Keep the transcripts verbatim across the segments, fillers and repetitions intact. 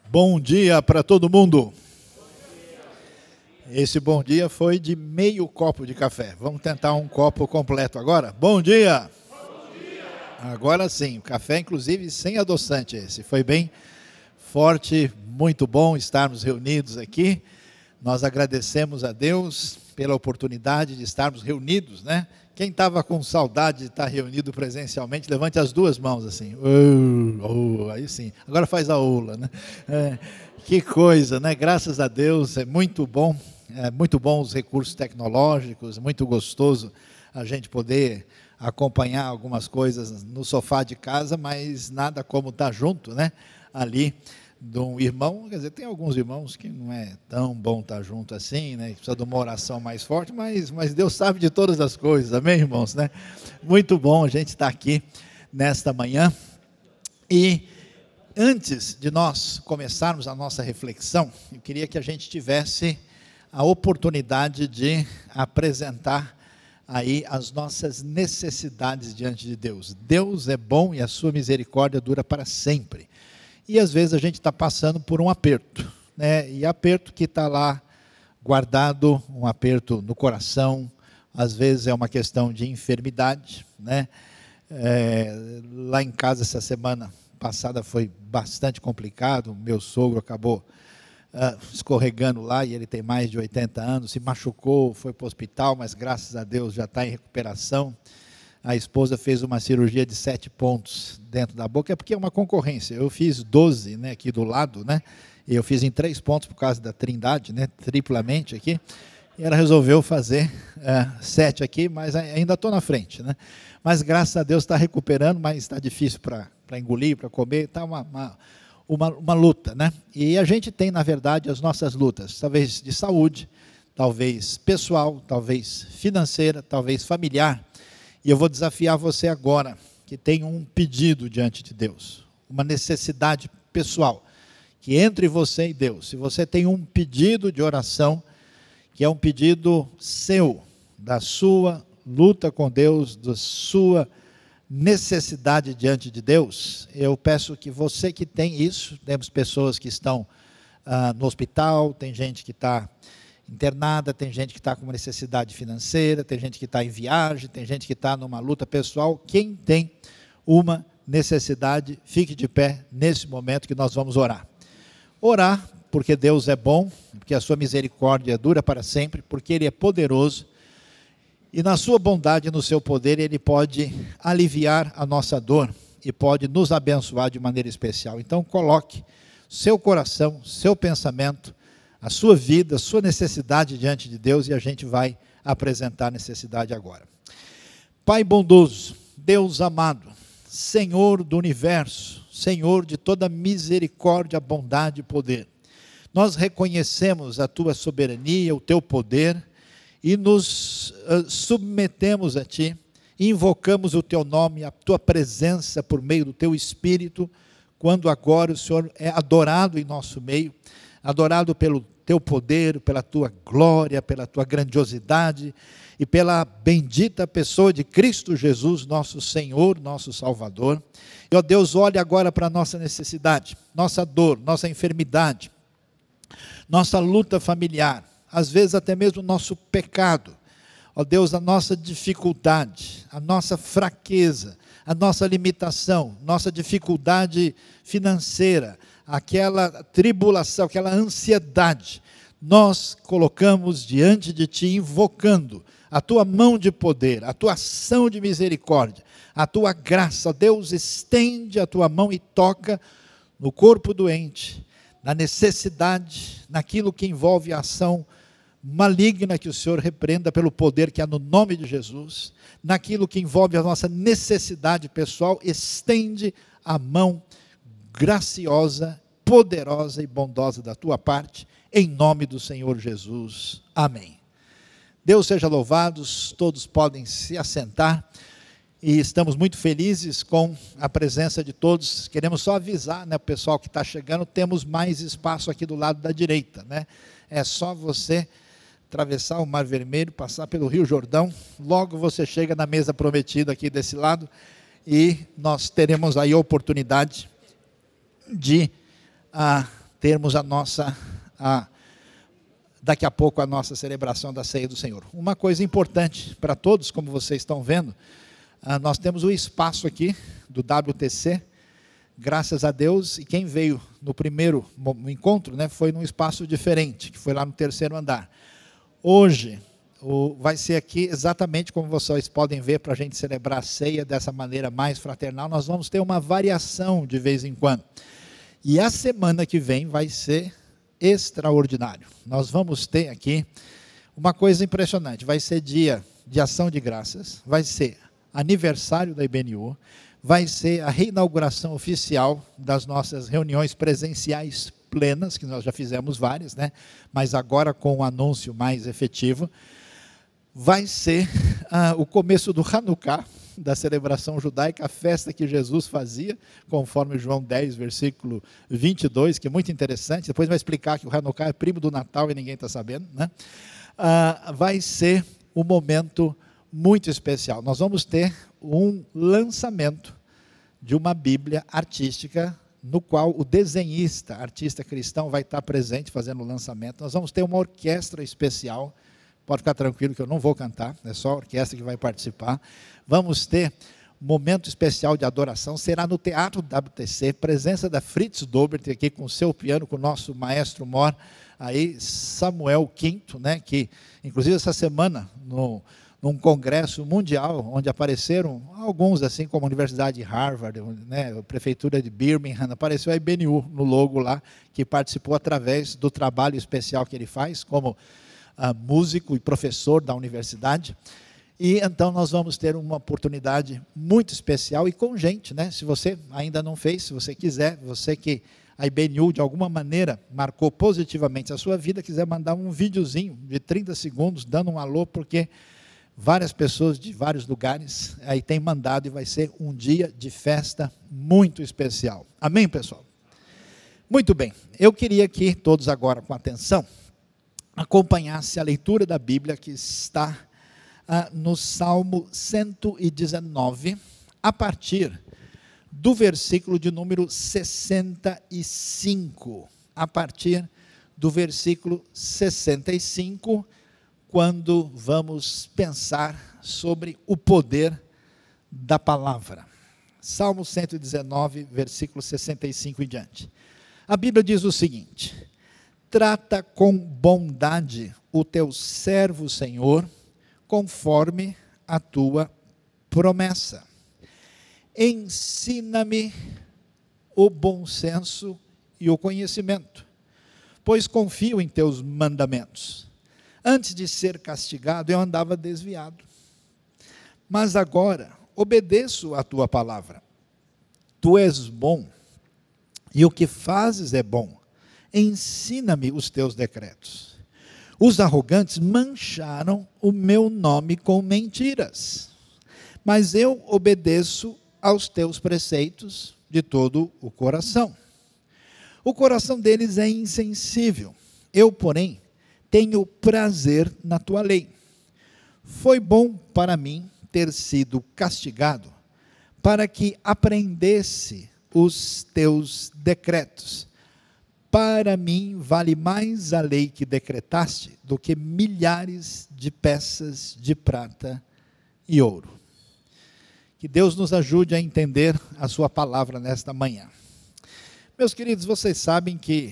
Bom dia para todo mundo. Esse bom dia foi de meio copo de café. Vamos tentar um copo completo agora? Bom dia! Bom dia! Agora sim, o café inclusive sem adoçante esse. Foi bem forte, muito bom estarmos reunidos aqui. Nós agradecemos a Deus pela oportunidade de estarmos reunidos, né? Quem estava com saudade de estar reunido presencialmente, levante as duas mãos assim. Uh, uh, aí sim, agora faz a ola, né? É, que coisa, né? Graças a Deus, é muito bom, é muito bom os recursos tecnológicos, muito gostoso a gente poder acompanhar algumas coisas no sofá de casa, mas nada como estar junto, né? Ali de um irmão, quer dizer, tem alguns irmãos que não é tão bom estar junto assim, né, precisa de uma oração mais forte, mas, mas Deus sabe de todas as coisas, amém, irmãos, né? Muito bom a gente estar aqui nesta manhã. E antes de nós começarmos a nossa reflexão, eu queria que a gente tivesse a oportunidade de apresentar aí as nossas necessidades diante de Deus. Deus é bom e a sua misericórdia dura para sempre. E às vezes a gente está passando por um aperto, né? E aperto que está lá guardado, um aperto no coração, às vezes é uma questão de enfermidade, né? É, lá em casa essa semana passada foi bastante complicado, meu sogro acabou uh, escorregando lá, e ele tem mais de oitenta anos, se machucou, foi para o hospital, mas graças a Deus já está em recuperação. A esposa fez uma cirurgia de sete pontos dentro da boca, é porque é uma concorrência. Eu fiz doze, né, aqui do lado, né, e eu fiz em três pontos por causa da trindade, né, triplamente aqui, e ela resolveu fazer é, sete aqui, mas ainda estou na frente, né, mas graças a Deus está recuperando, mas está difícil para engolir, para comer, está uma, uma, uma, uma luta, né, e a gente tem, na verdade, as nossas lutas, talvez de saúde, talvez pessoal, talvez financeira, talvez familiar. E eu vou desafiar você agora, que tem um pedido diante de Deus, uma necessidade pessoal, que entre você e Deus. Se você tem um pedido de oração, que é um pedido seu, da sua luta com Deus, da sua necessidade diante de Deus, eu peço que você que tem isso, temos pessoas que estão ah, no hospital, tem gente que está internada, tem gente que está com uma necessidade financeira, tem gente que está em viagem, tem gente que está numa luta pessoal. Quem tem uma necessidade, fique de pé nesse momento que nós vamos orar. Orar, porque Deus é bom, porque a sua misericórdia dura para sempre, porque Ele é poderoso, e na sua bondade e no seu poder, Ele pode aliviar a nossa dor, e pode nos abençoar de maneira especial. Então coloque seu coração, seu pensamento, a sua vida, a sua necessidade diante de Deus, e a gente vai apresentar a necessidade agora. Pai bondoso, Deus amado, Senhor do universo, Senhor de toda misericórdia, bondade e poder, nós reconhecemos a tua soberania, o teu poder, e nos uh, submetemos a ti, invocamos o teu nome, a tua presença por meio do teu Espírito, quando agora o Senhor é adorado em nosso meio, adorado pelo teu poder, pela tua glória, pela tua grandiosidade e pela bendita pessoa de Cristo Jesus, nosso Senhor, nosso Salvador. E ó Deus, olhe agora para a nossa necessidade, nossa dor, nossa enfermidade, nossa luta familiar, às vezes até mesmo o nosso pecado. Ó Deus, a nossa dificuldade, a nossa fraqueza, a nossa limitação, nossa dificuldade financeira, aquela tribulação, aquela ansiedade, nós colocamos diante de ti, invocando a tua mão de poder, a tua ação de misericórdia, a tua graça. Deus, estende a tua mão e toca no corpo doente, na necessidade, naquilo que envolve a ação maligna, que o Senhor repreenda pelo poder que há no nome de Jesus, naquilo que envolve a nossa necessidade pessoal, estende a mão graciosa, poderosa e bondosa da tua parte, em nome do Senhor Jesus. Amém. Deus seja louvado, todos podem se assentar, e estamos muito felizes com a presença de todos. Queremos só avisar, né, o pessoal que está chegando, temos mais espaço aqui do lado da direita, né? É só você atravessar o Mar Vermelho, passar pelo Rio Jordão, logo você chega na mesa prometida aqui desse lado, e nós teremos aí a oportunidade de ah, termos a nossa, a, daqui a pouco, a nossa celebração da Ceia do Senhor. Uma coisa importante para todos, como vocês estão vendo, ah, nós temos o espaço aqui do W T C, graças a Deus, e quem veio no primeiro encontro, né, foi num espaço diferente, que foi lá no terceiro andar. Hoje, o, vai ser aqui exatamente como vocês podem ver, para a gente celebrar a ceia dessa maneira mais fraternal. Nós vamos ter uma variação de vez em quando. E a semana que vem vai ser extraordinário. Nós vamos ter aqui uma coisa impressionante. Vai ser dia de ação de graças, vai ser aniversário da I B N U, vai ser a reinauguração oficial das nossas reuniões presenciais plenas, que nós já fizemos várias, né? Mas agora com um anúncio mais efetivo. Vai ser ah, o começo do Hanukkah, da celebração judaica, a festa que Jesus fazia, conforme João dez, versículo vinte e dois, que é muito interessante. Depois vai explicar que o Hanukkah é primo do Natal e ninguém está sabendo, né? Ah, vai ser um momento muito especial. Nós vamos ter um lançamento de uma Bíblia artística, no qual o desenhista, artista cristão, vai estar presente fazendo o lançamento. Nós vamos ter uma orquestra especial. Pode ficar tranquilo que eu não vou cantar, é só a orquestra que vai participar. Vamos ter um momento especial de adoração, será no Teatro W T C, presença da Fritz Dobert aqui com o seu piano, com o nosso maestro mor, aí, Samuel Quinto, né, que inclusive essa semana, no, num congresso mundial, onde apareceram alguns, assim como a Universidade de Harvard, né, a Prefeitura de Birmingham, apareceu a I B N U no logo lá, que participou através do trabalho especial que ele faz, como Uh, músico e professor da universidade. E então nós vamos ter uma oportunidade muito especial e com gente, né? Se você ainda não fez, se você quiser, você que a I B N U de alguma maneira marcou positivamente a sua vida, quiser mandar um videozinho de trinta segundos, dando um alô, porque várias pessoas de vários lugares aí têm mandado e vai ser um dia de festa muito especial. Amém, pessoal? Muito bem, eu queria que todos agora, com atenção, acompanhasse a leitura da Bíblia que está ah, no Salmo cento e dezenove, a partir do versículo de número sessenta e cinco. A partir do versículo sessenta e cinco, quando vamos pensar sobre o poder da palavra. Salmo cento e dezenove, versículo sessenta e cinco e diante. A Bíblia diz o seguinte: trata com bondade o teu servo, Senhor, conforme a tua promessa. Ensina-me o bom senso e o conhecimento, pois confio em teus mandamentos. Antes de ser castigado, eu andava desviado, mas agora obedeço a tua palavra. Tu és bom, e o que fazes é bom. Ensina-me os teus decretos. Os arrogantes mancharam o meu nome com mentiras, mas eu obedeço aos teus preceitos de todo o coração. O coração deles é insensível, eu, porém, tenho prazer na tua lei. Foi bom para mim ter sido castigado, para que aprendesse os teus decretos. Para mim vale mais a lei que decretaste do que milhares de peças de prata e ouro. Que Deus nos ajude a entender a sua palavra nesta manhã. Meus queridos, vocês sabem que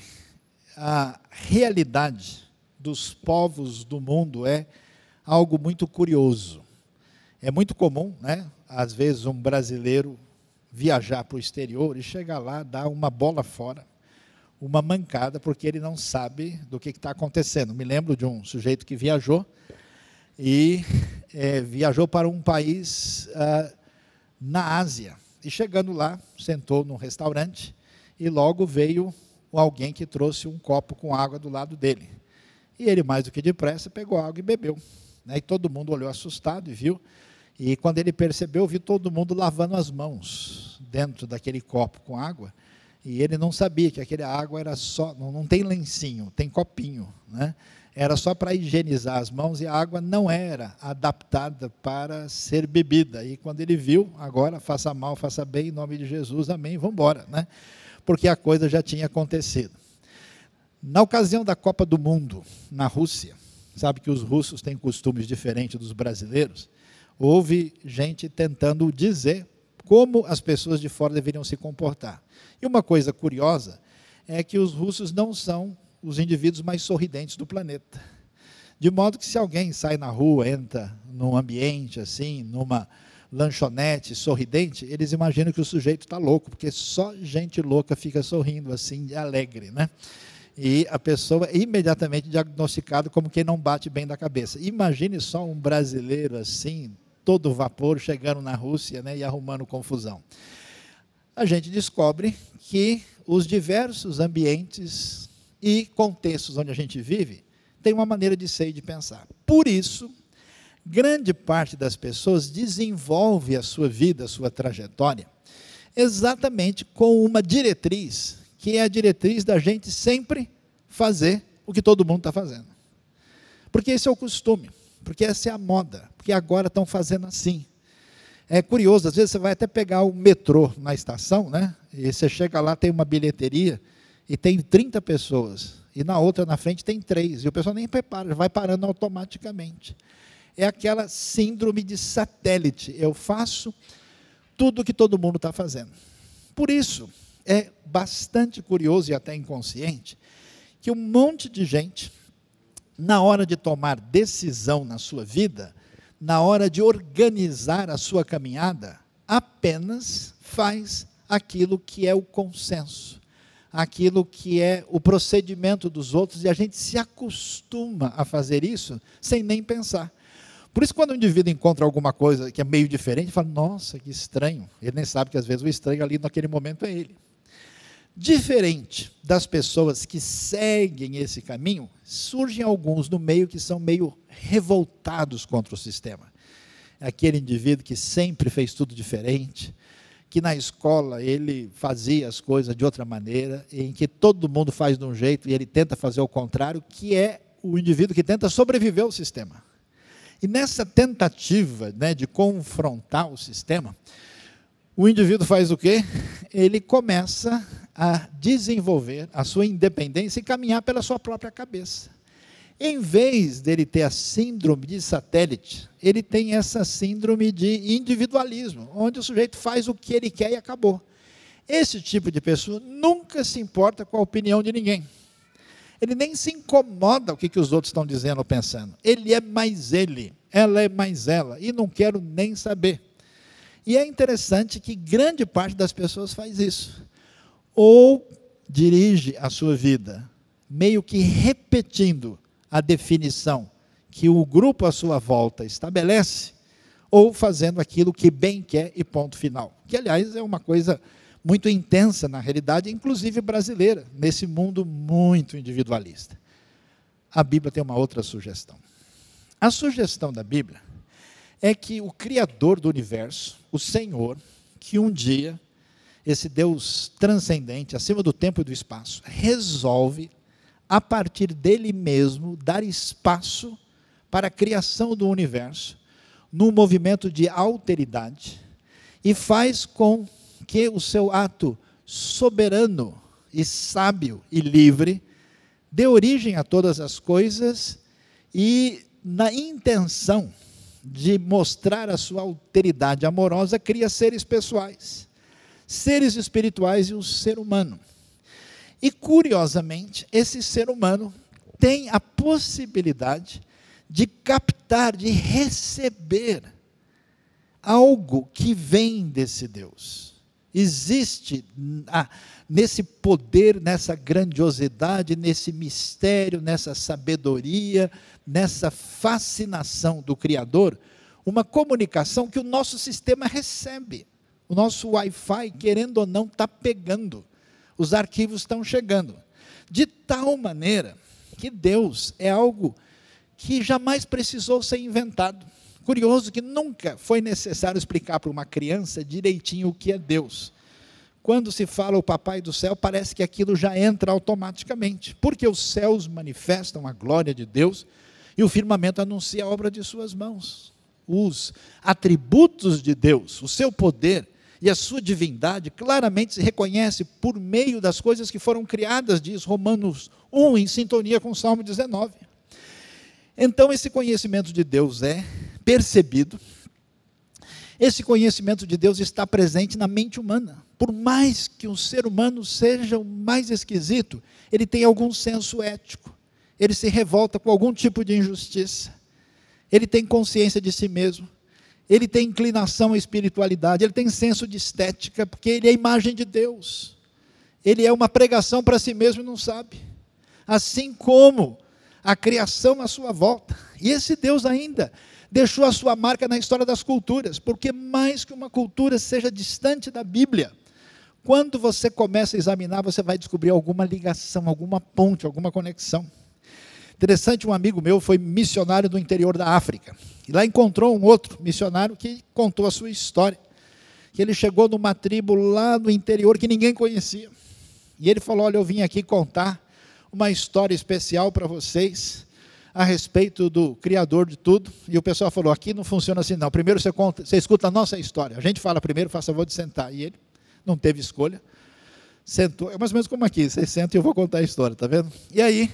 a realidade dos povos do mundo é algo muito curioso. É muito comum, né? Às vezes um brasileiro viajar para o exterior e chegar lá, dar uma bola fora, uma mancada, porque ele não sabe do que está acontecendo. Me lembro de um sujeito que viajou, e é, viajou para um país ah, na Ásia, e chegando lá, sentou num restaurante, e logo veio alguém que trouxe um copo com água do lado dele. E ele, mais do que depressa, pegou água e bebeu. Né? E todo mundo olhou assustado e viu, e quando ele percebeu, viu todo mundo lavando as mãos dentro daquele copo com água, e ele não sabia que aquela água era só, não, não tem lencinho, tem copinho, né? Era só para higienizar as mãos, e a água não era adaptada para ser bebida. E quando ele viu, agora, faça mal, faça bem, em nome de Jesus, amém, vamos embora, né? Porque a coisa já tinha acontecido. Na ocasião da Copa do Mundo, na Rússia, sabe que os russos têm costumes diferentes dos brasileiros, houve gente tentando dizer como as pessoas de fora deveriam se comportar. E uma coisa curiosa é que os russos não são os indivíduos mais sorridentes do planeta. De modo que se alguém sai na rua, entra num ambiente assim, numa lanchonete sorridente, eles imaginam que o sujeito está louco, porque só gente louca fica sorrindo assim, alegre, né? E a pessoa é imediatamente diagnosticada como quem não bate bem da cabeça. Imagine só um brasileiro assim, todo vapor, chegando na Rússia, né, e arrumando confusão. A gente descobre que os diversos ambientes e contextos onde a gente vive têm uma maneira de ser e de pensar. Por isso, grande parte das pessoas desenvolve a sua vida, a sua trajetória, exatamente com uma diretriz, que é a diretriz da gente sempre fazer o que todo mundo está fazendo. Porque esse é o costume, porque essa é a moda, porque agora estão fazendo assim. É curioso, às vezes você vai até pegar o metrô na estação, né? E você chega lá, tem uma bilheteria, e tem trinta pessoas, e na outra, na frente, tem três, e o pessoal nem prepara, vai parando automaticamente. É aquela síndrome de satélite, eu faço tudo o que todo mundo está fazendo. Por isso, é bastante curioso e até inconsciente que um monte de gente, na hora de tomar decisão na sua vida, na hora de organizar a sua caminhada, apenas faz aquilo que é o consenso, aquilo que é o procedimento dos outros, e a gente se acostuma a fazer isso sem nem pensar. Por isso, quando o indivíduo encontra alguma coisa que é meio diferente, fala, nossa, que estranho. Ele nem sabe que às vezes o estranho ali naquele momento é ele. Diferente das pessoas que seguem esse caminho, surgem alguns no meio que são meio revoltados contra o sistema. Aquele indivíduo que sempre fez tudo diferente, que na escola ele fazia as coisas de outra maneira, em que todo mundo faz de um jeito e ele tenta fazer o contrário, que é o indivíduo que tenta sobreviver ao sistema. E nessa tentativa, né, de confrontar o sistema, o indivíduo faz o quê? Ele começa a desenvolver a sua independência e caminhar pela sua própria cabeça. Em vez dele ter a síndrome de satélite, ele tem essa síndrome de individualismo, onde o sujeito faz o que ele quer e acabou. Esse tipo de pessoa nunca se importa com a opinião de ninguém. Ele nem se incomoda com o que os outros estão dizendo ou pensando. Ele é mais ele, ela é mais ela, e não quero nem saber. E é interessante que grande parte das pessoas faz isso. Ou dirige a sua vida, meio que repetindo a definição que o grupo à sua volta estabelece, ou fazendo aquilo que bem quer e ponto final. Que, aliás, é uma coisa muito intensa na realidade, inclusive brasileira, nesse mundo muito individualista. A Bíblia tem uma outra sugestão. A sugestão da Bíblia é que o Criador do universo, o Senhor, que um dia, esse Deus transcendente, acima do tempo e do espaço, resolve, a partir dele mesmo, dar espaço para a criação do universo, num movimento de alteridade, e faz com que o seu ato soberano e sábio e livre dê origem a todas as coisas, e na intenção de mostrar a sua alteridade amorosa, cria seres pessoais, seres espirituais e o ser humano. E, curiosamente, esse ser humano tem a possibilidade de captar, de receber algo que vem desse Deus. Existe ah, nesse poder, nessa grandiosidade, nesse mistério, nessa sabedoria, nessa fascinação do Criador, uma comunicação que o nosso sistema recebe. O nosso Wi-Fi, querendo ou não, está pegando. Os arquivos estão chegando. De tal maneira que Deus é algo que jamais precisou ser inventado. Curioso que nunca foi necessário explicar para uma criança direitinho o que é Deus. Quando se fala o Papai do Céu, parece que aquilo já entra automaticamente, porque os céus manifestam a glória de Deus e o firmamento anuncia a obra de suas mãos. Os atributos de Deus, o seu poder, E a sua divindade claramente se reconhece por meio das coisas que foram criadas, diz Romanos um, em sintonia com o Salmo dezenove. Então, esse conhecimento de Deus é percebido, esse conhecimento de Deus está presente na mente humana. Por mais que o ser humano seja o mais esquisito, ele tem algum senso ético, ele se revolta com algum tipo de injustiça, ele tem consciência de si mesmo, ele tem inclinação à espiritualidade, ele tem senso de estética, porque ele é a imagem de Deus, ele é uma pregação para si mesmo e não sabe, assim como a criação à sua volta. E esse Deus ainda deixou a sua marca na história das culturas, porque mais que uma cultura seja distante da Bíblia, quando você começa a examinar, você vai descobrir alguma ligação, alguma ponte, alguma conexão. Interessante, um amigo meu foi missionário do interior da África, e lá encontrou um outro missionário que contou a sua história, que ele chegou numa tribo lá no interior que ninguém conhecia, e ele falou: olha, eu vim aqui contar uma história especial para vocês, a respeito do Criador de tudo. E o pessoal falou: aqui não funciona assim não, primeiro você, conta, você escuta a nossa história, a gente fala primeiro, faça favor de sentar. E ele não teve escolha, sentou, é mais ou menos como aqui, vocês sentam e eu vou contar a história, está vendo? E aí,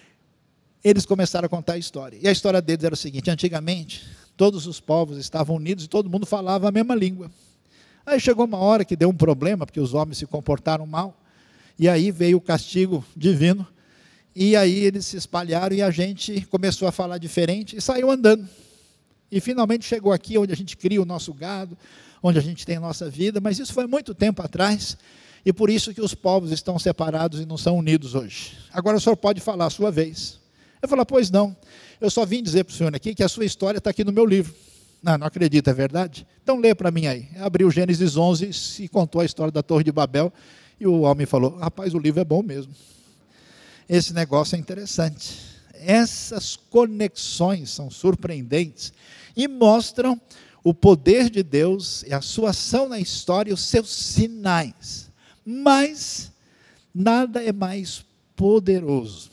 eles começaram a contar a história, e a história deles era o seguinte: antigamente, todos os povos estavam unidos e todo mundo falava a mesma língua. Aí chegou uma hora que deu um problema, porque os homens se comportaram mal, e aí veio o castigo divino, e aí eles se espalharam e a gente começou a falar diferente e saiu andando. E finalmente chegou aqui onde a gente cria o nosso gado, onde a gente tem a nossa vida, mas isso foi muito tempo atrás, e por isso que os povos estão separados e não são unidos hoje. Agora o senhor pode falar a sua vez. Eu falo: pois não, eu só vim dizer para o senhor aqui que a sua história está aqui no meu livro. Não, não acredito, é verdade? Então lê para mim aí. Abriu Gênesis onze e contou a história da Torre de Babel, e o homem falou: rapaz, o livro é bom mesmo. Esse negócio é interessante. Essas conexões são surpreendentes e mostram o poder de Deus e a sua ação na história e os seus sinais. Mas nada é mais poderoso,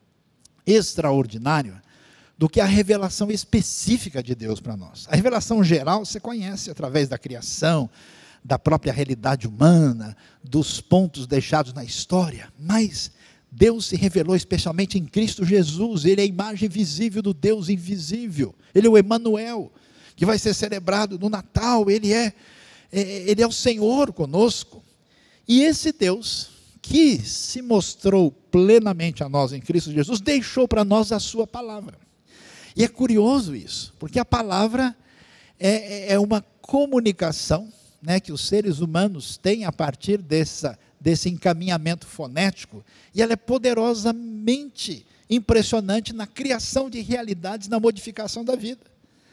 extraordinário, do que a revelação específica de Deus para nós. A revelação geral você conhece através da criação, da própria realidade humana, dos pontos deixados na história, mas Deus se revelou especialmente em Cristo Jesus. Ele é a imagem visível do Deus invisível, Ele é o Emanuel, que vai ser celebrado no Natal. Ele é, é, Ele é o Senhor conosco, e esse Deus, que se mostrou plenamente a nós em Cristo Jesus, deixou para nós a sua palavra, e é curioso isso, porque a palavra é, é uma comunicação, né, que os seres humanos têm a partir dessa desse encaminhamento fonético, e ela é poderosamente impressionante na criação de realidades, na modificação da vida.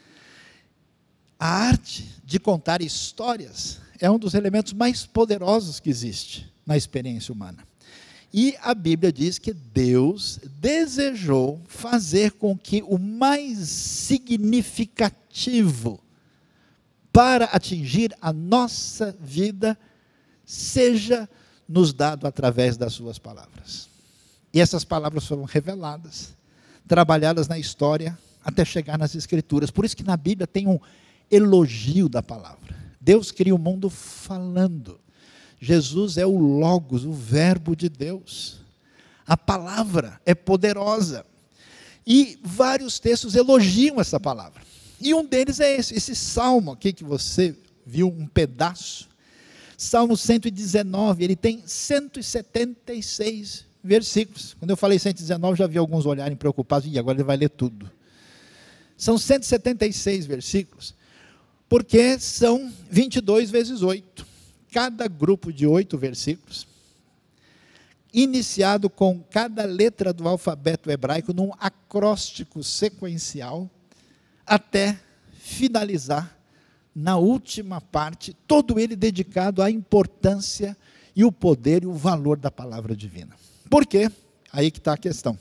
A arte de contar histórias é um dos elementos mais poderosos que existe na experiência humana. E a Bíblia diz que Deus desejou fazer com que o mais significativo para atingir a nossa vida seja nos dado através das suas palavras. E essas palavras foram reveladas, trabalhadas na história, até chegar nas Escrituras. Por isso que na Bíblia tem um elogio da palavra. Deus cria o mundo falando. Jesus é o Logos, o Verbo de Deus. A palavra é poderosa. E vários textos elogiam essa palavra. E um deles é esse, esse salmo aqui que você viu um pedaço. Salmo cento e dezenove, ele tem cento e setenta e seis versículos. Quando eu falei cento e dezenove, já vi alguns olharem preocupados: e agora ele vai ler tudo. São cento e setenta e seis versículos, porque são vinte e dois vezes oito. Cada grupo de oito versículos, iniciado com cada letra do alfabeto hebraico, num acróstico sequencial, até finalizar na última parte, todo ele dedicado à importância e o poder e o valor da palavra divina. Por quê? Aí que está a questão.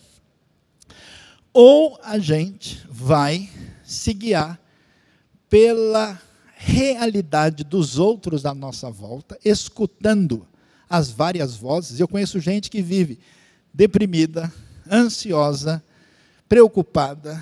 Ou a gente vai se guiar pela realidade dos outros à nossa volta, escutando as várias vozes. Eu conheço gente que vive deprimida, ansiosa, preocupada,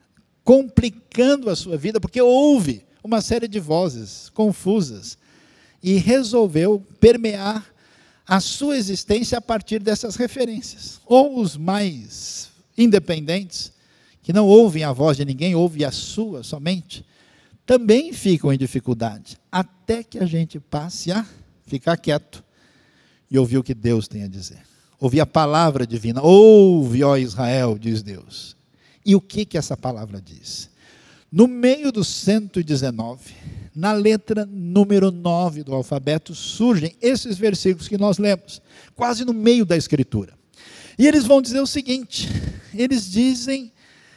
complicando a sua vida, porque ouve uma série de vozes confusas, e resolveu permear a sua existência a partir dessas referências. Ou os mais independentes, que não ouvem a voz de ninguém, ouvem a sua somente, também ficam em dificuldade, até que a gente passe a ficar quieto e ouvir o que Deus tem a dizer. Ouvir a palavra divina. Ouve, ó Israel, diz Deus. E o que, que essa palavra diz? No meio do cento e dezenove, na letra número nove do alfabeto, surgem esses versículos que nós lemos, quase no meio da Escritura. E eles vão dizer o seguinte, eles dizem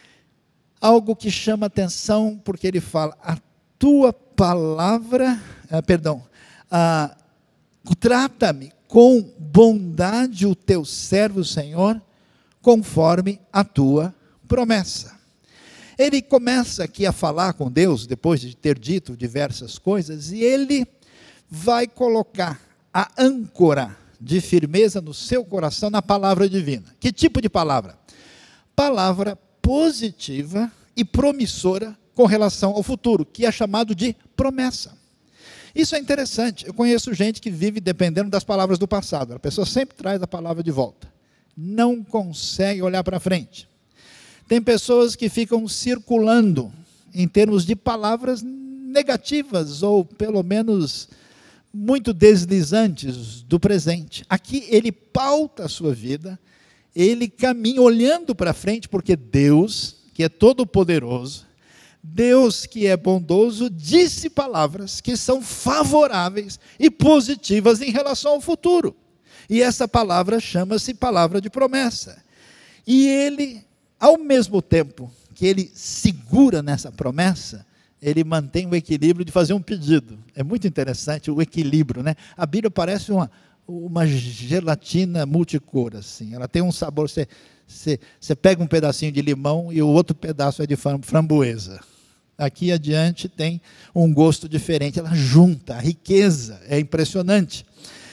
algo que chama atenção, porque ele fala, a tua palavra, ah, perdão, ah, trata-me com bondade o teu servo, Senhor, conforme a tua promessa. Ele começa aqui a falar com Deus, depois de ter dito diversas coisas, e ele vai colocar a âncora de firmeza no seu coração na palavra divina. Que tipo de palavra? Palavra positiva e promissora com relação ao futuro, que é chamado de promessa. Isso é interessante. Eu conheço gente que vive dependendo das palavras do passado. A pessoa sempre traz a palavra de volta. Não consegue olhar para frente. Tem pessoas que ficam circulando em termos de palavras negativas, ou pelo menos muito deslizantes do presente. Aqui ele pauta a sua vida, ele caminha olhando para frente, porque Deus, que é todo poderoso, Deus que é bondoso, disse palavras que são favoráveis e positivas em relação ao futuro. E essa palavra chama-se palavra de promessa. E ele, ao mesmo tempo que ele segura nessa promessa, ele mantém o equilíbrio de fazer um pedido. É muito interessante o equilíbrio, né? A Bíblia parece uma, uma gelatina multicor, assim. Ela tem um sabor, você, você, você pega um pedacinho de limão e o outro pedaço é de framboesa. Aqui adiante tem um gosto diferente, ela junta, a riqueza é impressionante.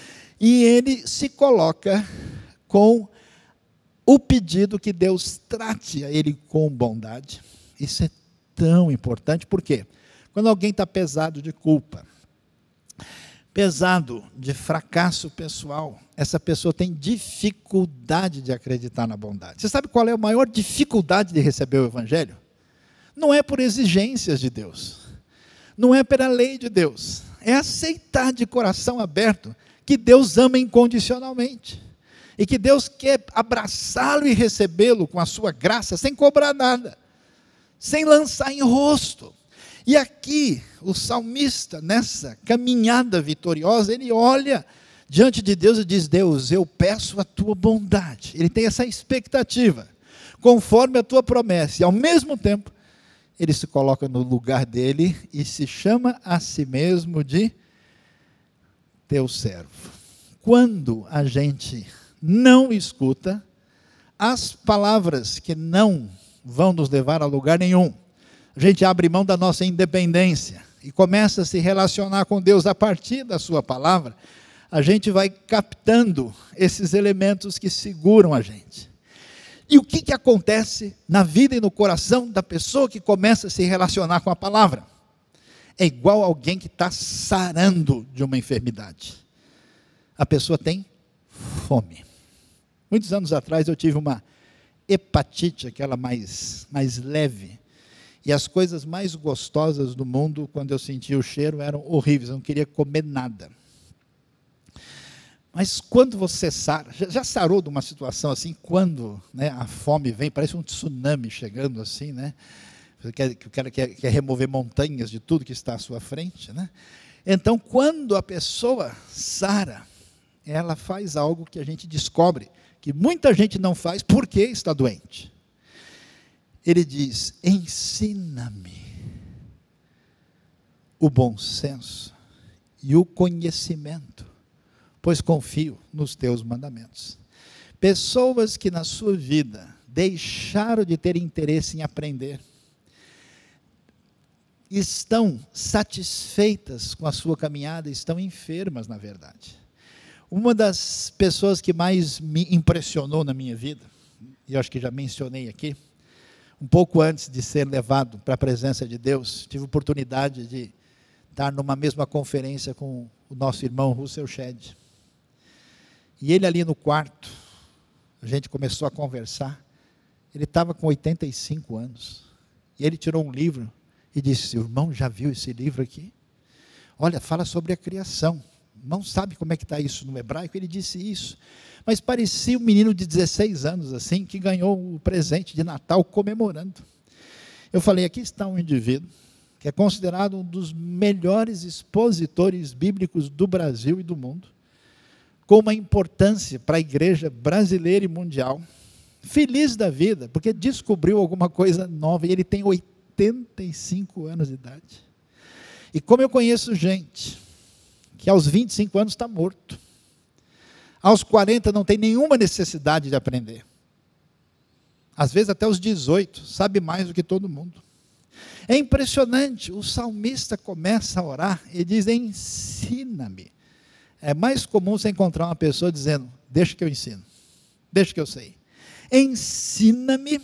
E ele se coloca com o pedido que Deus trate a ele com bondade. Isso é tão importante, por quê? Quando alguém está pesado de culpa, pesado de fracasso pessoal, essa pessoa tem dificuldade de acreditar na bondade. Você sabe qual é a maior dificuldade de receber o Evangelho? Não é por exigências de Deus, não é pela lei de Deus, é aceitar de coração aberto que Deus ama incondicionalmente, e que Deus quer abraçá-lo e recebê-lo com a sua graça, sem cobrar nada, sem lançar em rosto. E aqui, o salmista, nessa caminhada vitoriosa, ele olha diante de Deus e diz, Deus, eu peço a tua bondade. Ele tem essa expectativa, conforme a tua promessa, e ao mesmo tempo, ele se coloca no lugar dele e se chama a si mesmo de teu servo. Quando a gente não escuta as palavras que não vão nos levar a lugar nenhum, a gente abre mão da nossa independência e começa a se relacionar com Deus a partir da sua palavra, a gente vai captando esses elementos que seguram a gente. E o que, que acontece na vida e no coração da pessoa que começa a se relacionar com a palavra? É igual alguém que está sarando de uma enfermidade. A pessoa tem fome. Muitos anos atrás eu tive uma hepatite, aquela mais, mais leve, e as coisas mais gostosas do mundo, quando eu sentia o cheiro, eram horríveis, eu não queria comer nada. Mas quando você sara, já, já sarou de uma situação assim, quando, né, a fome vem, parece um tsunami chegando assim, né? Você quer, o cara quer, quer remover montanhas de tudo que está à sua frente, né? Então, quando a pessoa sara, ela faz algo que a gente descobre, que muita gente não faz porque está doente. Ele diz, ensina-me o bom senso e o conhecimento, pois confio nos teus mandamentos. Pessoas que na sua vida deixaram de ter interesse em aprender, estão satisfeitas com a sua caminhada, estão enfermas, na verdade. Uma das pessoas que mais me impressionou na minha vida, e eu acho que já mencionei aqui, um pouco antes de ser levado para a presença de Deus, tive oportunidade de estar numa mesma conferência com o nosso irmão Russell Shedd. E ele ali no quarto, a gente começou a conversar, ele estava com oitenta e cinco anos, e ele tirou um livro e disse: irmão, já viu esse livro aqui? Olha, fala sobre a criação. Não sabe como é que está isso no hebraico? Ele disse isso. Mas parecia um menino de dezesseis anos, assim, que ganhou o presente de Natal comemorando. Eu falei: aqui está um indivíduo que é considerado um dos melhores expositores bíblicos do Brasil e do mundo, com uma importância para a igreja brasileira e mundial, feliz da vida, porque descobriu alguma coisa nova, e ele tem oitenta e cinco anos de idade. E como eu conheço gente que aos vinte e cinco anos está morto, aos quarenta não tem nenhuma necessidade de aprender, às vezes até os dezoito, sabe mais do que todo mundo. É impressionante, o salmista começa a orar e diz: ensina-me. É mais comum você encontrar uma pessoa dizendo: deixa que eu ensino, deixa que eu sei. Ensina-me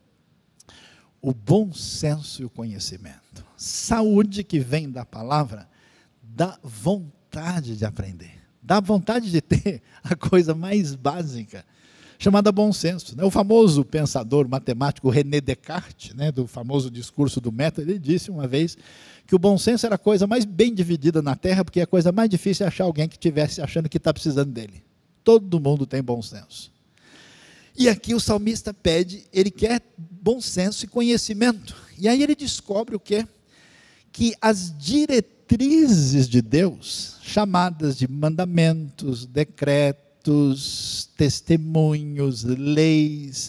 o bom senso e o conhecimento. Saúde que vem da palavra dá vontade de aprender, dá vontade de ter a coisa mais básica, chamada bom senso. O famoso pensador matemático René Descartes, né, do famoso discurso do método, ele disse uma vez que o bom senso era a coisa mais bem dividida na Terra, porque a coisa mais difícil é achar alguém que estivesse achando que está precisando dele. Todo mundo tem bom senso. E aqui o salmista pede, ele quer bom senso e conhecimento. E aí ele descobre o quê? Que as diretrizes de Deus, chamadas de mandamentos, decretos, testemunhos, leis,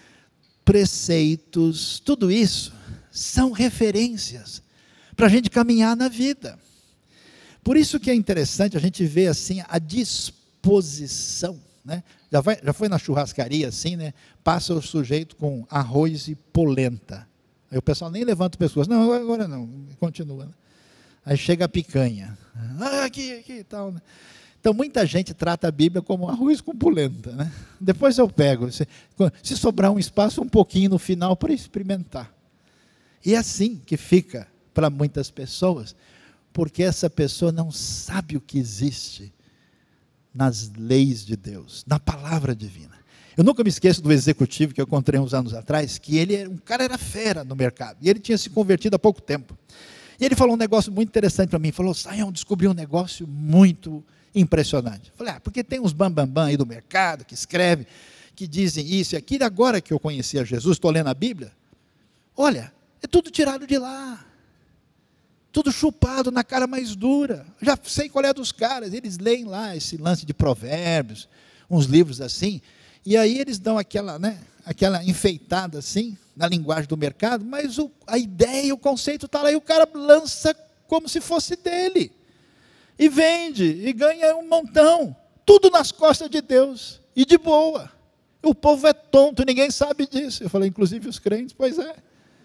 preceitos, tudo isso são referências para a gente caminhar na vida. Por isso que é interessante a gente ver assim a disposição, né? Já, vai, já foi na churrascaria assim, né? Passa o sujeito com arroz e polenta. Aí o pessoal nem levanta o pescoço. Não, agora não, continua. Né? Aí chega a picanha. Ah, aqui, aqui e tal. Né? Então, muita gente trata a Bíblia como arroz com polenta. Né? Depois eu pego. Se, se sobrar um espaço, um pouquinho no final para experimentar. E é assim que fica para muitas pessoas, porque essa pessoa não sabe o que existe nas leis de Deus, na palavra divina. Eu nunca me esqueço do executivo que eu encontrei uns anos atrás, que ele era, um cara era fera no mercado, e ele tinha se convertido há pouco tempo. E ele falou um negócio muito interessante para mim, falou: Sayão, descobri um negócio muito impressionante. Eu falei: ah, porque tem uns bambambam bam, bam aí do mercado, que escreve, que dizem isso e aquilo, agora que eu conhecia Jesus, estou lendo a Bíblia, olha, é tudo tirado de lá, tudo chupado na cara mais dura, já sei qual é dos caras, eles leem lá esse lance de provérbios, uns livros assim, e aí eles dão aquela, né, aquela enfeitada assim, na linguagem do mercado, mas o, a ideia, o conceito está lá, e o cara lança como se fosse dele, e vende, e ganha um montão, tudo nas costas de Deus, e de boa. O povo é tonto, ninguém sabe disso. Eu falei, inclusive os crentes, pois é.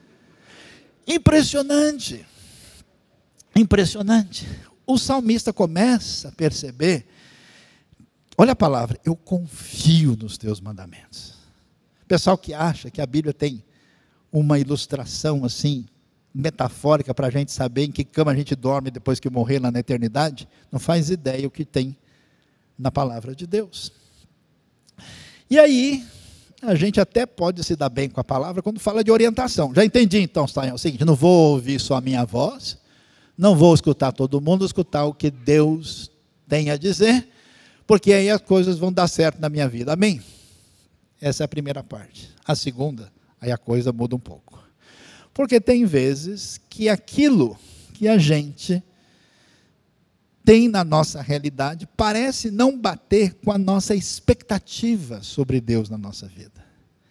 Impressionante. Impressionante. O salmista começa a perceber, olha a palavra, eu confio nos teus mandamentos. Pessoal que acha que a Bíblia tem uma ilustração assim, metafórica, para a gente saber em que cama a gente dorme depois que morrer lá na eternidade, não faz ideia o que tem na palavra de Deus. E aí, a gente até pode se dar bem com a palavra quando fala de orientação. Já entendi então, Sayão, é o seguinte, não vou ouvir só a minha voz, não vou escutar todo mundo, escutar o que Deus tem a dizer, porque aí as coisas vão dar certo na minha vida. Amém? Essa é a primeira parte. A segunda, aí a coisa muda um pouco. Porque tem vezes que aquilo que a gente tem na nossa realidade parece não bater com a nossa expectativa sobre Deus na nossa vida.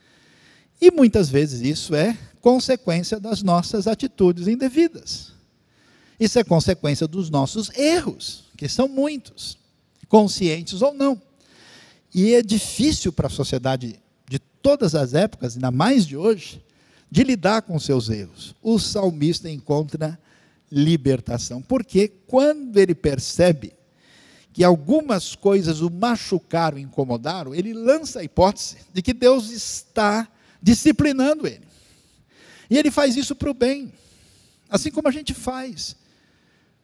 E muitas vezes isso é consequência das nossas atitudes indevidas. Isso é consequência dos nossos erros, que são muitos, conscientes ou não. E é difícil para a sociedade de todas as épocas, ainda mais de hoje, de lidar com seus erros. O salmista encontra libertação, porque quando ele percebe que algumas coisas o machucaram, incomodaram, ele lança a hipótese de que Deus está disciplinando ele. E ele faz isso para o bem, assim como a gente faz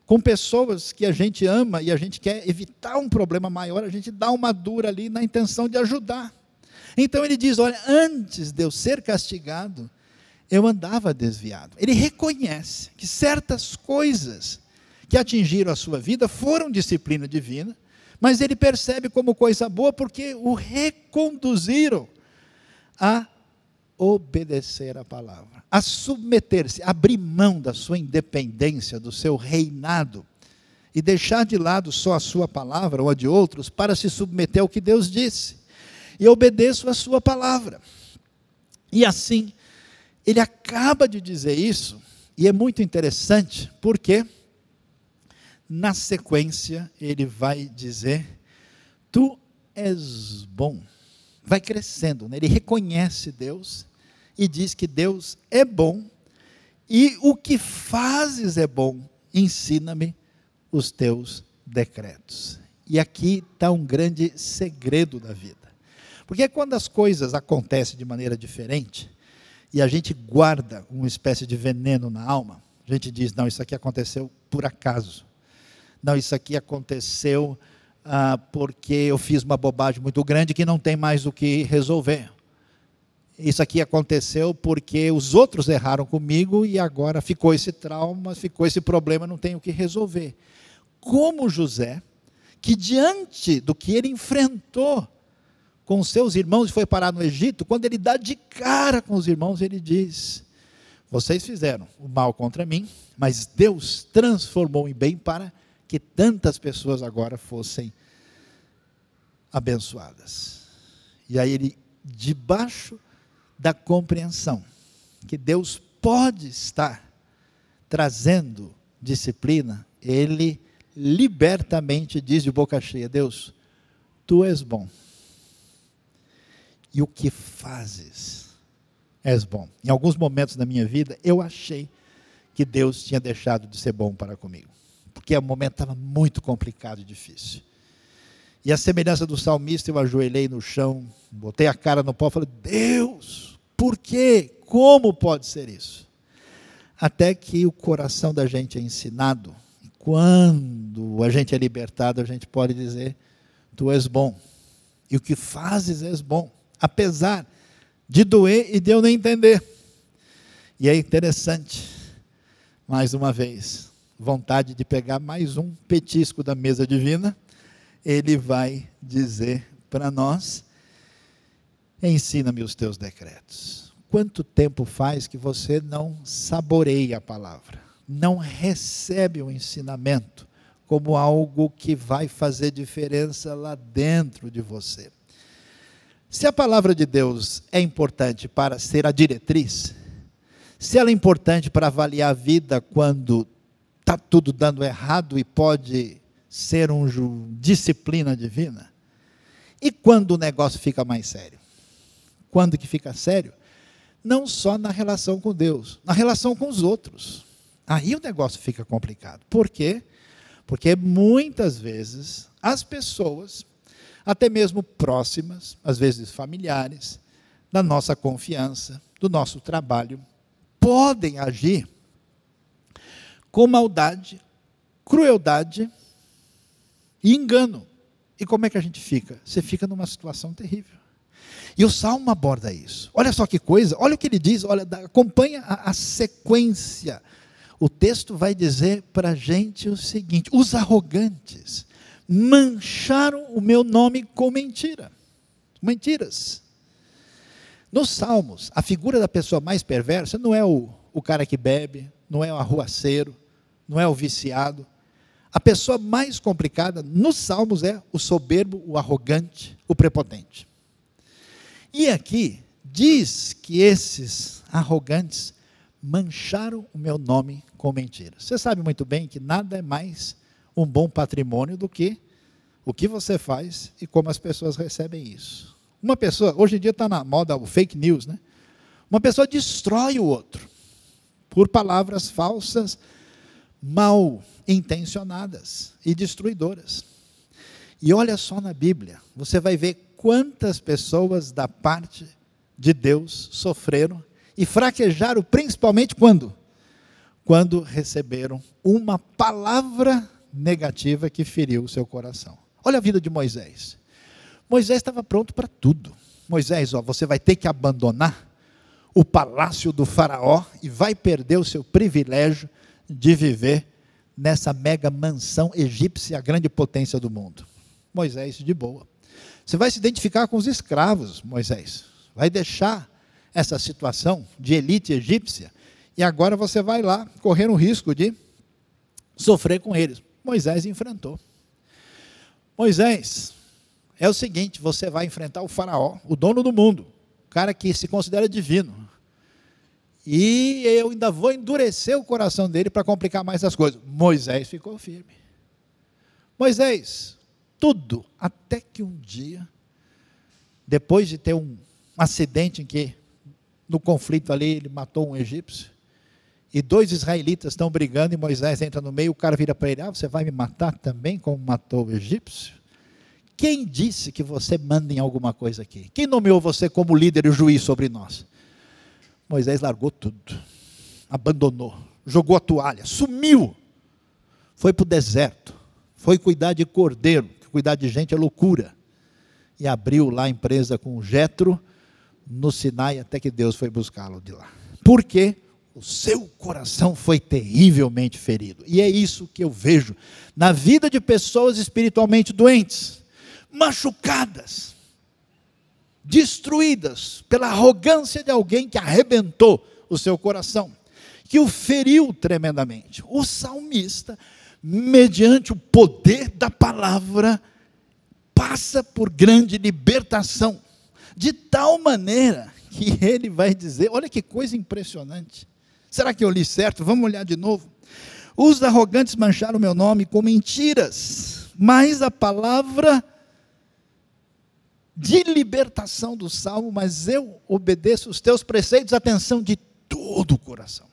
com pessoas que a gente ama e a gente quer evitar um problema maior, a gente dá uma dura ali na intenção de ajudar. Então ele diz, olha, antes de eu ser castigado, eu andava desviado. Ele reconhece que certas coisas que atingiram a sua vida foram disciplina divina, mas ele percebe como coisa boa porque o reconduziram a obedecer a palavra, a submeter-se, abrir mão da sua independência, do seu reinado, e deixar de lado só a sua palavra ou a de outros, para se submeter ao que Deus disse, e obedeço a sua palavra. E assim, ele acaba de dizer isso, e é muito interessante, porque na sequência ele vai dizer, tu és bom. Vai crescendo, né? Ele reconhece Deus e diz que Deus é bom e o que fazes é bom, ensina-me os teus decretos. E aqui está um grande segredo da vida, porque quando as coisas acontecem de maneira diferente e a gente guarda uma espécie de veneno na alma, a gente diz, não, isso aqui aconteceu por acaso, não, isso aqui aconteceu Ah, porque eu fiz uma bobagem muito grande que não tem mais o que resolver. Isso aqui aconteceu porque os outros erraram comigo e agora ficou esse trauma, ficou esse problema, não tem o que resolver. Como José, que diante do que ele enfrentou com seus irmãos e foi parar no Egito, quando ele dá de cara com os irmãos, ele diz, vocês fizeram o mal contra mim, mas Deus transformou em bem para que tantas pessoas agora fossem abençoadas. E aí ele, debaixo da compreensão que Deus pode estar trazendo disciplina, ele libertamente diz de boca cheia, Deus, tu és bom, e o que fazes és bom. Em alguns momentos da minha vida, eu achei que Deus tinha deixado de ser bom para comigo, porque o momento estava muito complicado e difícil. E a semelhança do salmista, eu ajoelhei no chão, botei a cara no pó e falei, Deus, por quê? Como pode ser isso? Até que o coração da gente é ensinado, e quando a gente é libertado, a gente pode dizer, tu és bom, e o que fazes és bom, apesar de doer e de eu não entender. E é interessante, mais uma vez, vontade de pegar mais um petisco da mesa divina, ele vai dizer para nós, ensina-me os teus decretos. Quanto tempo faz que você não saboreia a palavra, não recebe o ensinamento como algo que vai fazer diferença lá dentro de você? Se a palavra de Deus é importante para ser a diretriz, se ela é importante para avaliar a vida quando está tudo dando errado e pode ser uma disciplina divina, e quando o negócio fica mais sério? Quando que fica sério? Não só na relação com Deus, na relação com os outros. Aí o negócio fica complicado. Por quê? Porque muitas vezes as pessoas, até mesmo próximas, às vezes familiares, da nossa confiança, do nosso trabalho, podem agir com maldade, crueldade e engano. E como é que a gente fica? Você fica numa situação terrível. E o Salmo aborda isso. Olha só que coisa, olha o que ele diz, olha, acompanha a, a sequência. O texto vai dizer para a gente o seguinte, os arrogantes mancharam o meu nome com mentira. Mentiras. Nos Salmos, a figura da pessoa mais perversa não é o, o cara que bebe, não é o arruaceiro, não é o viciado. A pessoa mais complicada nos Salmos é o soberbo, o arrogante, o prepotente. E aqui diz que esses arrogantes mancharam o meu nome com mentiras. Você sabe muito bem que nada é mais um bom patrimônio do que o que você faz e como as pessoas recebem isso. Uma pessoa, hoje em dia está na moda o fake news, né? Uma pessoa destrói o outro por palavras falsas, mal intencionadas e destruidoras. E olha só na Bíblia, você vai ver quantas pessoas da parte de Deus sofreram e fraquejaram, principalmente quando? quando receberam uma palavra negativa que feriu o seu coração. Olha a vida de Moisés. Moisés estava pronto para tudo. Moisés, ó, você vai ter que abandonar o palácio do faraó e vai perder o seu privilégio de viver nessa mega mansão egípcia, a grande potência do mundo. Moisés, de boa. Você vai se identificar com os escravos, Moisés. Vai deixar essa situação de elite egípcia e agora você vai lá correr o risco de sofrer com eles. Moisés enfrentou. Moisés, é o seguinte, você vai enfrentar o faraó, o dono do mundo, o cara que se considera divino. E eu ainda vou endurecer o coração dele para complicar mais as coisas. Moisés ficou firme. Moisés, tudo, até que um dia, depois de ter um acidente em que, no conflito ali, ele matou um egípcio, e dois israelitas estão brigando, e Moisés entra no meio, o cara vira para ele, ah, você vai me matar também, como matou o egípcio? Quem disse que você manda em alguma coisa aqui? Quem nomeou você como líder e juiz sobre nós? Moisés largou tudo, abandonou, jogou a toalha, sumiu, foi para o deserto, foi cuidar de cordeiro, que cuidar de gente é loucura, e abriu lá a empresa com Jetro, no Sinai, até que Deus foi buscá-lo de lá. Por quê? O seu coração foi terrivelmente ferido, e é isso que eu vejo na vida de pessoas espiritualmente doentes, machucadas, destruídas pela arrogância de alguém que arrebentou o seu coração, que o feriu tremendamente. O salmista, mediante o poder da palavra, passa por grande libertação, de tal maneira que ele vai dizer, olha que coisa impressionante, será que eu li certo? Vamos olhar de novo. Os arrogantes mancharam o meu nome com mentiras, mas a palavra de libertação do salmo, mas eu obedeço os teus preceitos, atenção, de todo o coração.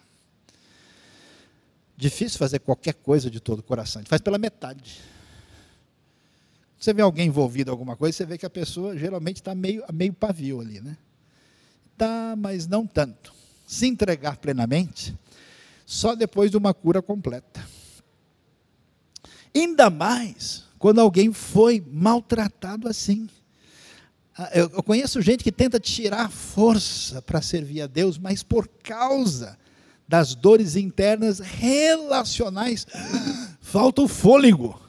Difícil fazer qualquer coisa de todo o coração, a gente faz pela metade. Você vê alguém envolvido em alguma coisa, você vê que a pessoa geralmente está meio, meio pavio ali, né? Tá, mas não tanto. Se entregar plenamente, só depois de uma cura completa. Ainda mais quando alguém foi maltratado assim. Eu conheço gente que tenta tirar força para servir a Deus, mas por causa das dores internas relacionais, falta o fôlego.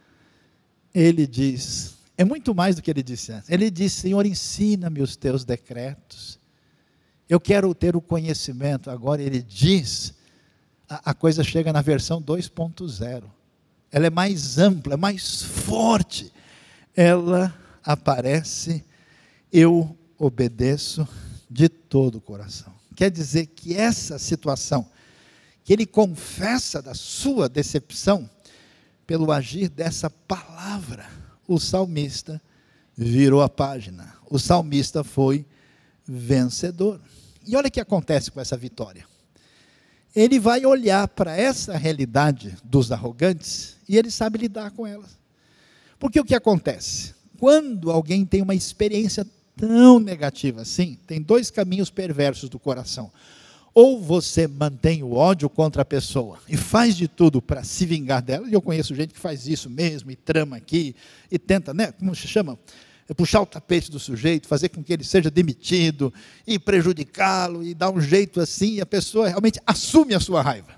Ele diz, é muito mais do que ele disse antes. Ele diz, Senhor, ensina-me os teus decretos. Eu quero ter o conhecimento. Agora ele diz, a, a coisa chega na versão dois ponto zero. Ela é mais ampla, mais forte. Ela aparece, eu obedeço de todo o coração. Quer dizer que essa situação, que ele confessa da sua decepção, pelo agir dessa palavra, o salmista virou a página. O salmista foi vencedor. E olha o que acontece com essa vitória. Ele vai olhar para essa realidade dos arrogantes e ele sabe lidar com elas. Porque o que acontece? Quando alguém tem uma experiência tão negativa assim, tem dois caminhos perversos do coração. Ou você mantém o ódio contra a pessoa e faz de tudo para se vingar dela, e eu conheço gente que faz isso mesmo, e trama aqui, e tenta, né, como se chama, puxar o tapete do sujeito, fazer com que ele seja demitido, e prejudicá-lo, e dar um jeito assim, e a pessoa realmente assume a sua raiva.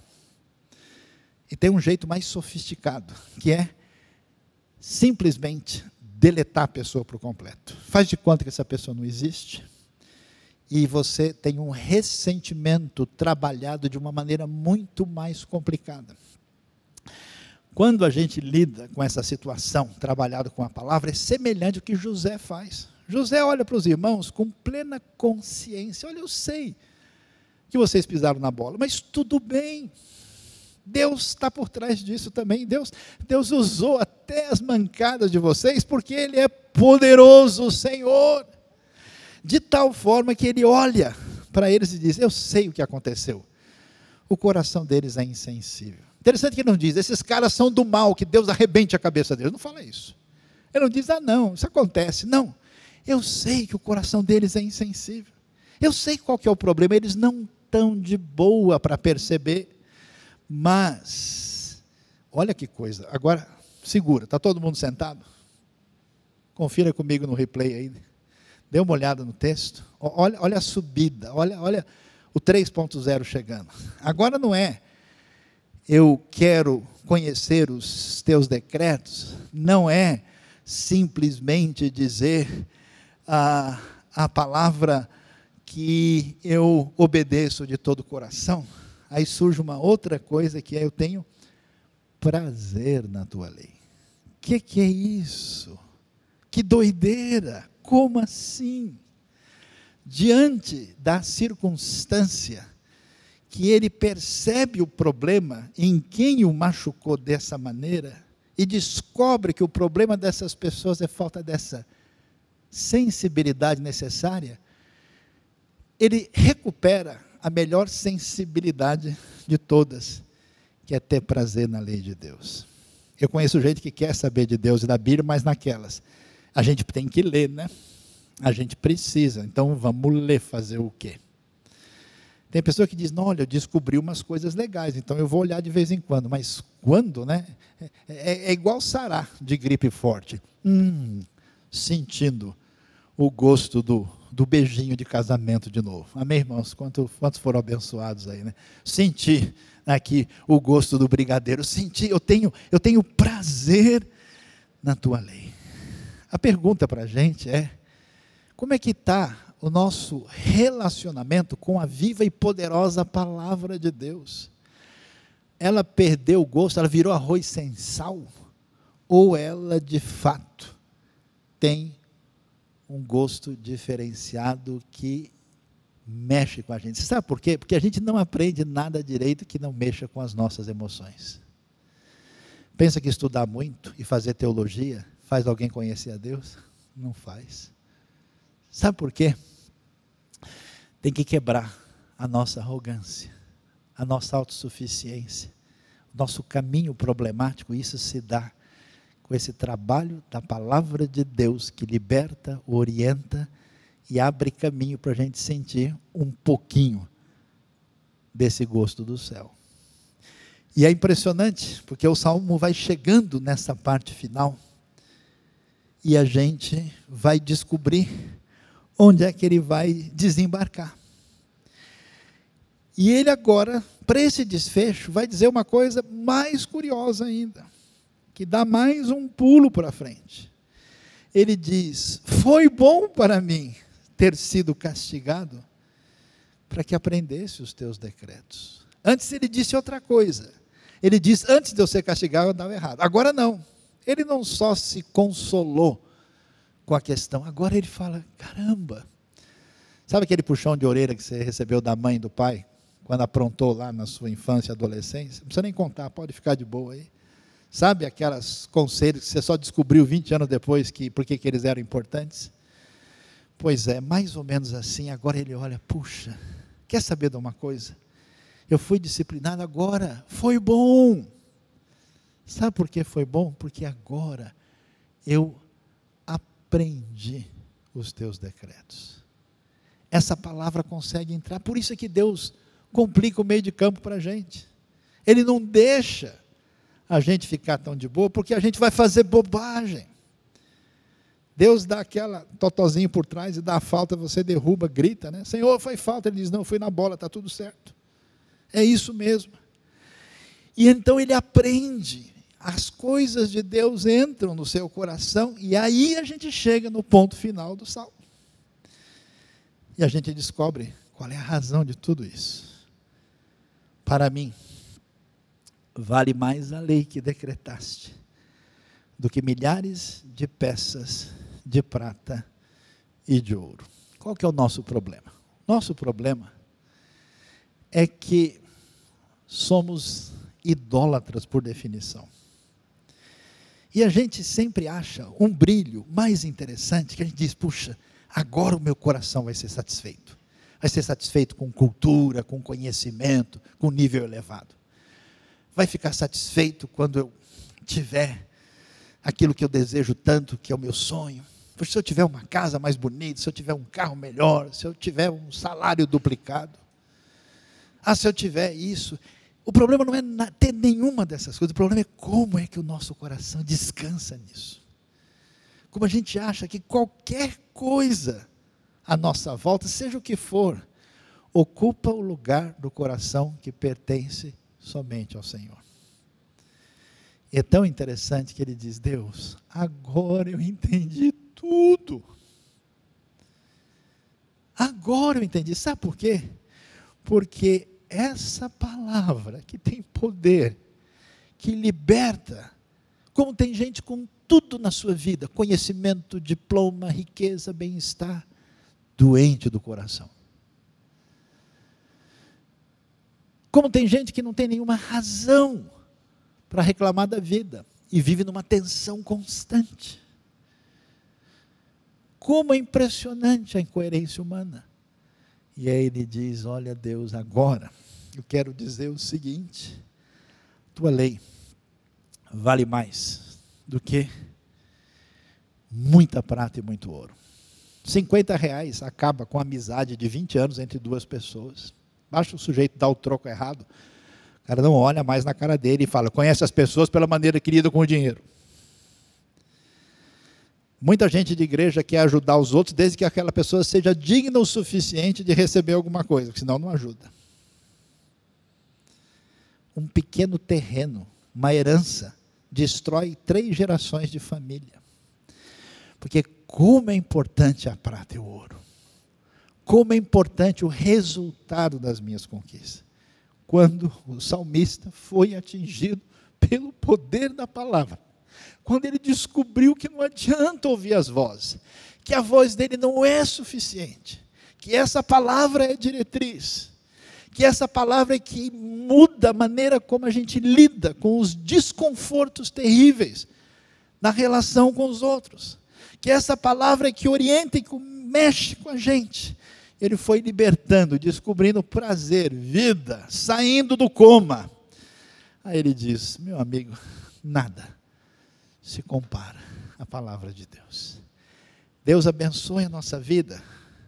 E tem um jeito mais sofisticado, que é simplesmente deletar a pessoa por completo. Faz de conta que essa pessoa não existe, e você tem um ressentimento trabalhado de uma maneira muito mais complicada. Quando a gente lida com essa situação, trabalhado com a palavra, é semelhante ao que José faz. José olha para os irmãos com plena consciência, olha, eu sei que vocês pisaram na bola, mas tudo bem, Deus está por trás disso também, Deus, Deus usou até as mancadas de vocês, porque Ele é poderoso, Senhor, de tal forma que Ele olha para eles e diz, eu sei o que aconteceu, o coração deles é insensível. Interessante que ele não diz, esses caras são do mal, que Deus arrebente a cabeça deles, não fala isso. Ele não diz, ah não, isso acontece, não, eu sei que o coração deles é insensível, eu sei qual que é o problema, eles não estão de boa para perceber, Mas, olha que coisa, agora, segura, está todo mundo sentado? Confira comigo no replay aí, dê uma olhada no texto, olha, olha a subida, olha, olha o três ponto zero chegando. Agora não é, eu quero conhecer os teus decretos, não é simplesmente dizer a, a palavra que eu obedeço de todo o coração. Aí surge uma outra coisa que é, eu tenho prazer na tua lei. O que, que é isso? Que doideira! Como assim? Diante da circunstância que ele percebe o problema em quem o machucou dessa maneira e descobre que o problema dessas pessoas é falta dessa sensibilidade necessária, ele recupera a melhor sensibilidade de todas, que é ter prazer na lei de Deus. Eu conheço gente que quer saber de Deus e da Bíblia, mas naquelas, a gente tem que ler, né? A gente precisa, então vamos ler, fazer o quê? Tem pessoa que diz, não, olha, eu descobri umas coisas legais, então eu vou olhar de vez em quando, mas quando, né? É, é, é igual sarar de gripe forte. Hum, sentindo o gosto do, do beijinho de casamento de novo. Amém, irmãos? Quanto, quantos foram abençoados aí, né? Senti aqui o gosto do brigadeiro, senti, eu tenho, eu tenho prazer na tua lei. A pergunta para a gente é, como é que está o nosso relacionamento com a viva e poderosa palavra de Deus? Ela perdeu o gosto, ela virou arroz sem sal? Ou ela, de fato, tem um gosto diferenciado que mexe com a gente? Você sabe por quê? Porque a gente não aprende nada direito que não mexa com as nossas emoções. Pensa que estudar muito e fazer teologia faz alguém conhecer a Deus? Não faz. Sabe por quê? Tem que quebrar a nossa arrogância, a nossa autossuficiência, o nosso caminho problemático. Isso se dá com esse trabalho da palavra de Deus que liberta, orienta e abre caminho para a gente sentir um pouquinho desse gosto do céu. E é impressionante, porque o Salmo vai chegando nessa parte final e a gente vai descobrir onde é que ele vai desembarcar. E ele agora, para esse desfecho, vai dizer uma coisa mais curiosa ainda, que dá mais um pulo para frente. Ele diz, foi bom para mim ter sido castigado, para que aprendesse os teus decretos. Antes ele disse outra coisa, ele disse, antes de eu ser castigado eu andava errado, agora não, ele não só se consolou com a questão, agora ele fala, caramba, sabe aquele puxão de orelha que você recebeu da mãe e do pai, quando aprontou lá na sua infância e adolescência? Não precisa nem contar, pode ficar de boa aí. Sabe aquelas conselhos que você só descobriu vinte anos depois, que, por que eles eram importantes? Pois é, mais ou menos assim, agora ele olha, puxa, quer saber de uma coisa? Eu fui disciplinado agora, foi bom. Sabe por que foi bom? Porque agora eu aprendi os teus decretos. Essa palavra consegue entrar, por isso é que Deus complica o meio de campo para a gente. Ele não deixa a gente ficar tão de boa, porque a gente vai fazer bobagem. Deus dá aquela totozinho por trás e dá a falta, você derruba, grita, né? Senhor, foi falta. Ele diz, não, fui na bola, está tudo certo. É isso mesmo. E então ele aprende, as coisas de Deus entram no seu coração, e aí a gente chega no ponto final do Salmo. E a gente descobre qual é a razão de tudo isso. Para mim, vale mais a lei que decretaste, do que milhares de peças de prata e de ouro. Qual que é o nosso problema? Nosso problema é que somos idólatras por definição. E a gente sempre acha um brilho mais interessante, que a gente diz, puxa, agora o meu coração vai ser satisfeito. Vai ser satisfeito com cultura, com conhecimento, com nível elevado. Vai ficar satisfeito quando eu tiver aquilo que eu desejo tanto, que é o meu sonho. Pois se eu tiver uma casa mais bonita, se eu tiver um carro melhor, se eu tiver um salário duplicado. Ah, se eu tiver isso. O problema não é ter nenhuma dessas coisas, o problema é como é que o nosso coração descansa nisso. Como a gente acha que qualquer coisa à nossa volta, seja o que for, ocupa o lugar do coração que pertence somente ao Senhor. E é tão interessante que ele diz: Deus, agora eu entendi tudo. Agora eu entendi. Sabe por quê? Porque essa palavra que tem poder, que liberta, como tem gente com tudo na sua vida, conhecimento, diploma, riqueza, bem-estar, doente do coração. Como tem gente que não tem nenhuma razão para reclamar da vida e vive numa tensão constante. Como é impressionante a incoerência humana. E aí ele diz: olha, Deus, agora eu quero dizer o seguinte: tua lei vale mais do que muita prata e muito ouro. cinquenta reais acaba com a amizade de vinte anos entre duas pessoas. Basta o sujeito dar o troco errado, o cara não olha mais na cara dele e fala: conhece as pessoas pela maneira que lidam com o dinheiro. Muita gente de igreja quer ajudar os outros desde que aquela pessoa seja digna o suficiente de receber alguma coisa, porque senão não ajuda. Um pequeno terreno, uma herança, destrói três gerações de família. Porque como é importante a prata e o ouro. Como é importante o resultado das minhas conquistas. Quando o salmista foi atingido pelo poder da palavra. Quando ele descobriu que não adianta ouvir as vozes, que a voz dele não é suficiente, que essa palavra é diretriz, que essa palavra é que muda a maneira como a gente lida com os desconfortos terríveis na relação com os outros, que essa palavra é que orienta e que mexe com a gente. Ele foi libertando, descobrindo prazer, vida, saindo do coma. Aí ele diz: meu amigo, nada se compara à palavra de Deus. Deus abençoe a nossa vida,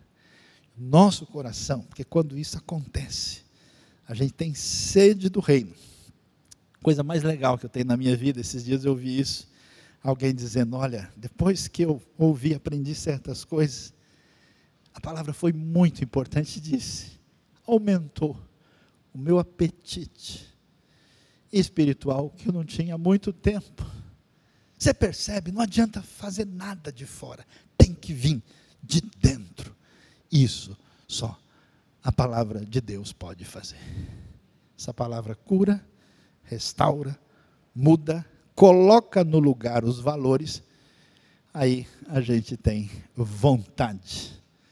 nosso coração, porque quando isso acontece, a gente tem sede do reino. Coisa mais legal que eu tenho na minha vida, esses dias eu ouvi isso, alguém dizendo: olha, depois que eu ouvi, aprendi certas coisas, a palavra foi muito importante, disse, aumentou o meu apetite espiritual, que eu não tinha há muito tempo. Você percebe? Não adianta fazer nada de fora, tem que vir de dentro. Isso só a palavra de Deus pode fazer. Essa palavra cura, restaura, muda, coloca no lugar os valores. Aí a gente tem vontade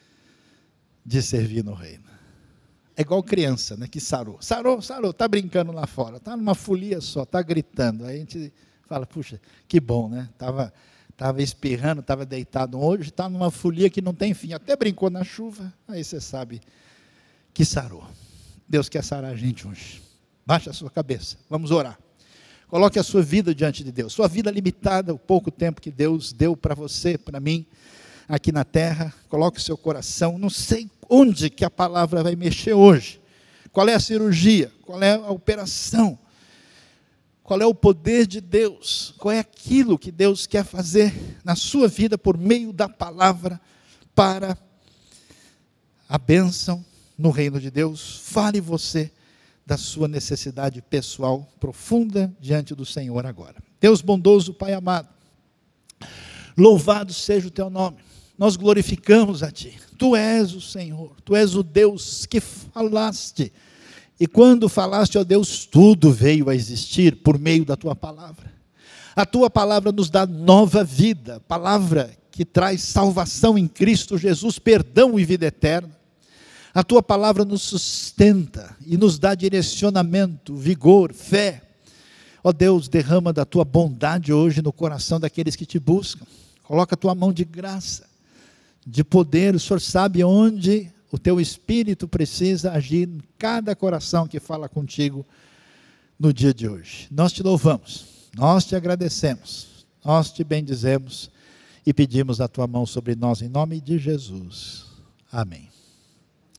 de servir no reino. É igual criança, né, que sarou. Sarou, sarou, está brincando lá fora, está numa folia só, está gritando. Aí a gente fala: puxa, que bom, né? Estava tava espirrando, estava deitado hoje, está numa folia que não tem fim. Até brincou na chuva, aí você sabe que sarou. Deus quer sarar a gente hoje. Baixa a sua cabeça, vamos orar. Coloque a sua vida diante de Deus. Sua vida limitada, o pouco tempo que Deus deu para você, para mim, aqui na terra. Coloque o seu coração. Não sei onde que a palavra vai mexer hoje. Qual é a cirurgia? Qual é a operação? Qual é o poder de Deus? Qual é aquilo que Deus quer fazer na sua vida por meio da palavra para a bênção no reino de Deus? Fale você da sua necessidade pessoal profunda diante do Senhor agora. Deus bondoso, Pai amado, louvado seja o teu nome. Nós glorificamos a Ti. Tu és o Senhor, Tu és o Deus que falaste. E quando falaste, ó Deus, tudo veio a existir por meio da Tua palavra. A Tua palavra nos dá nova vida, palavra que traz salvação em Cristo Jesus, perdão e vida eterna. A Tua palavra nos sustenta e nos dá direcionamento, vigor, fé. Ó Deus, derrama da Tua bondade hoje no coração daqueles que Te buscam. Coloca a Tua mão de graça, de poder. O Senhor sabe onde o Teu Espírito precisa agir em cada coração que fala contigo no dia de hoje. Nós Te louvamos, nós Te agradecemos, nós Te bendizemos e pedimos a Tua mão sobre nós em nome de Jesus. Amém.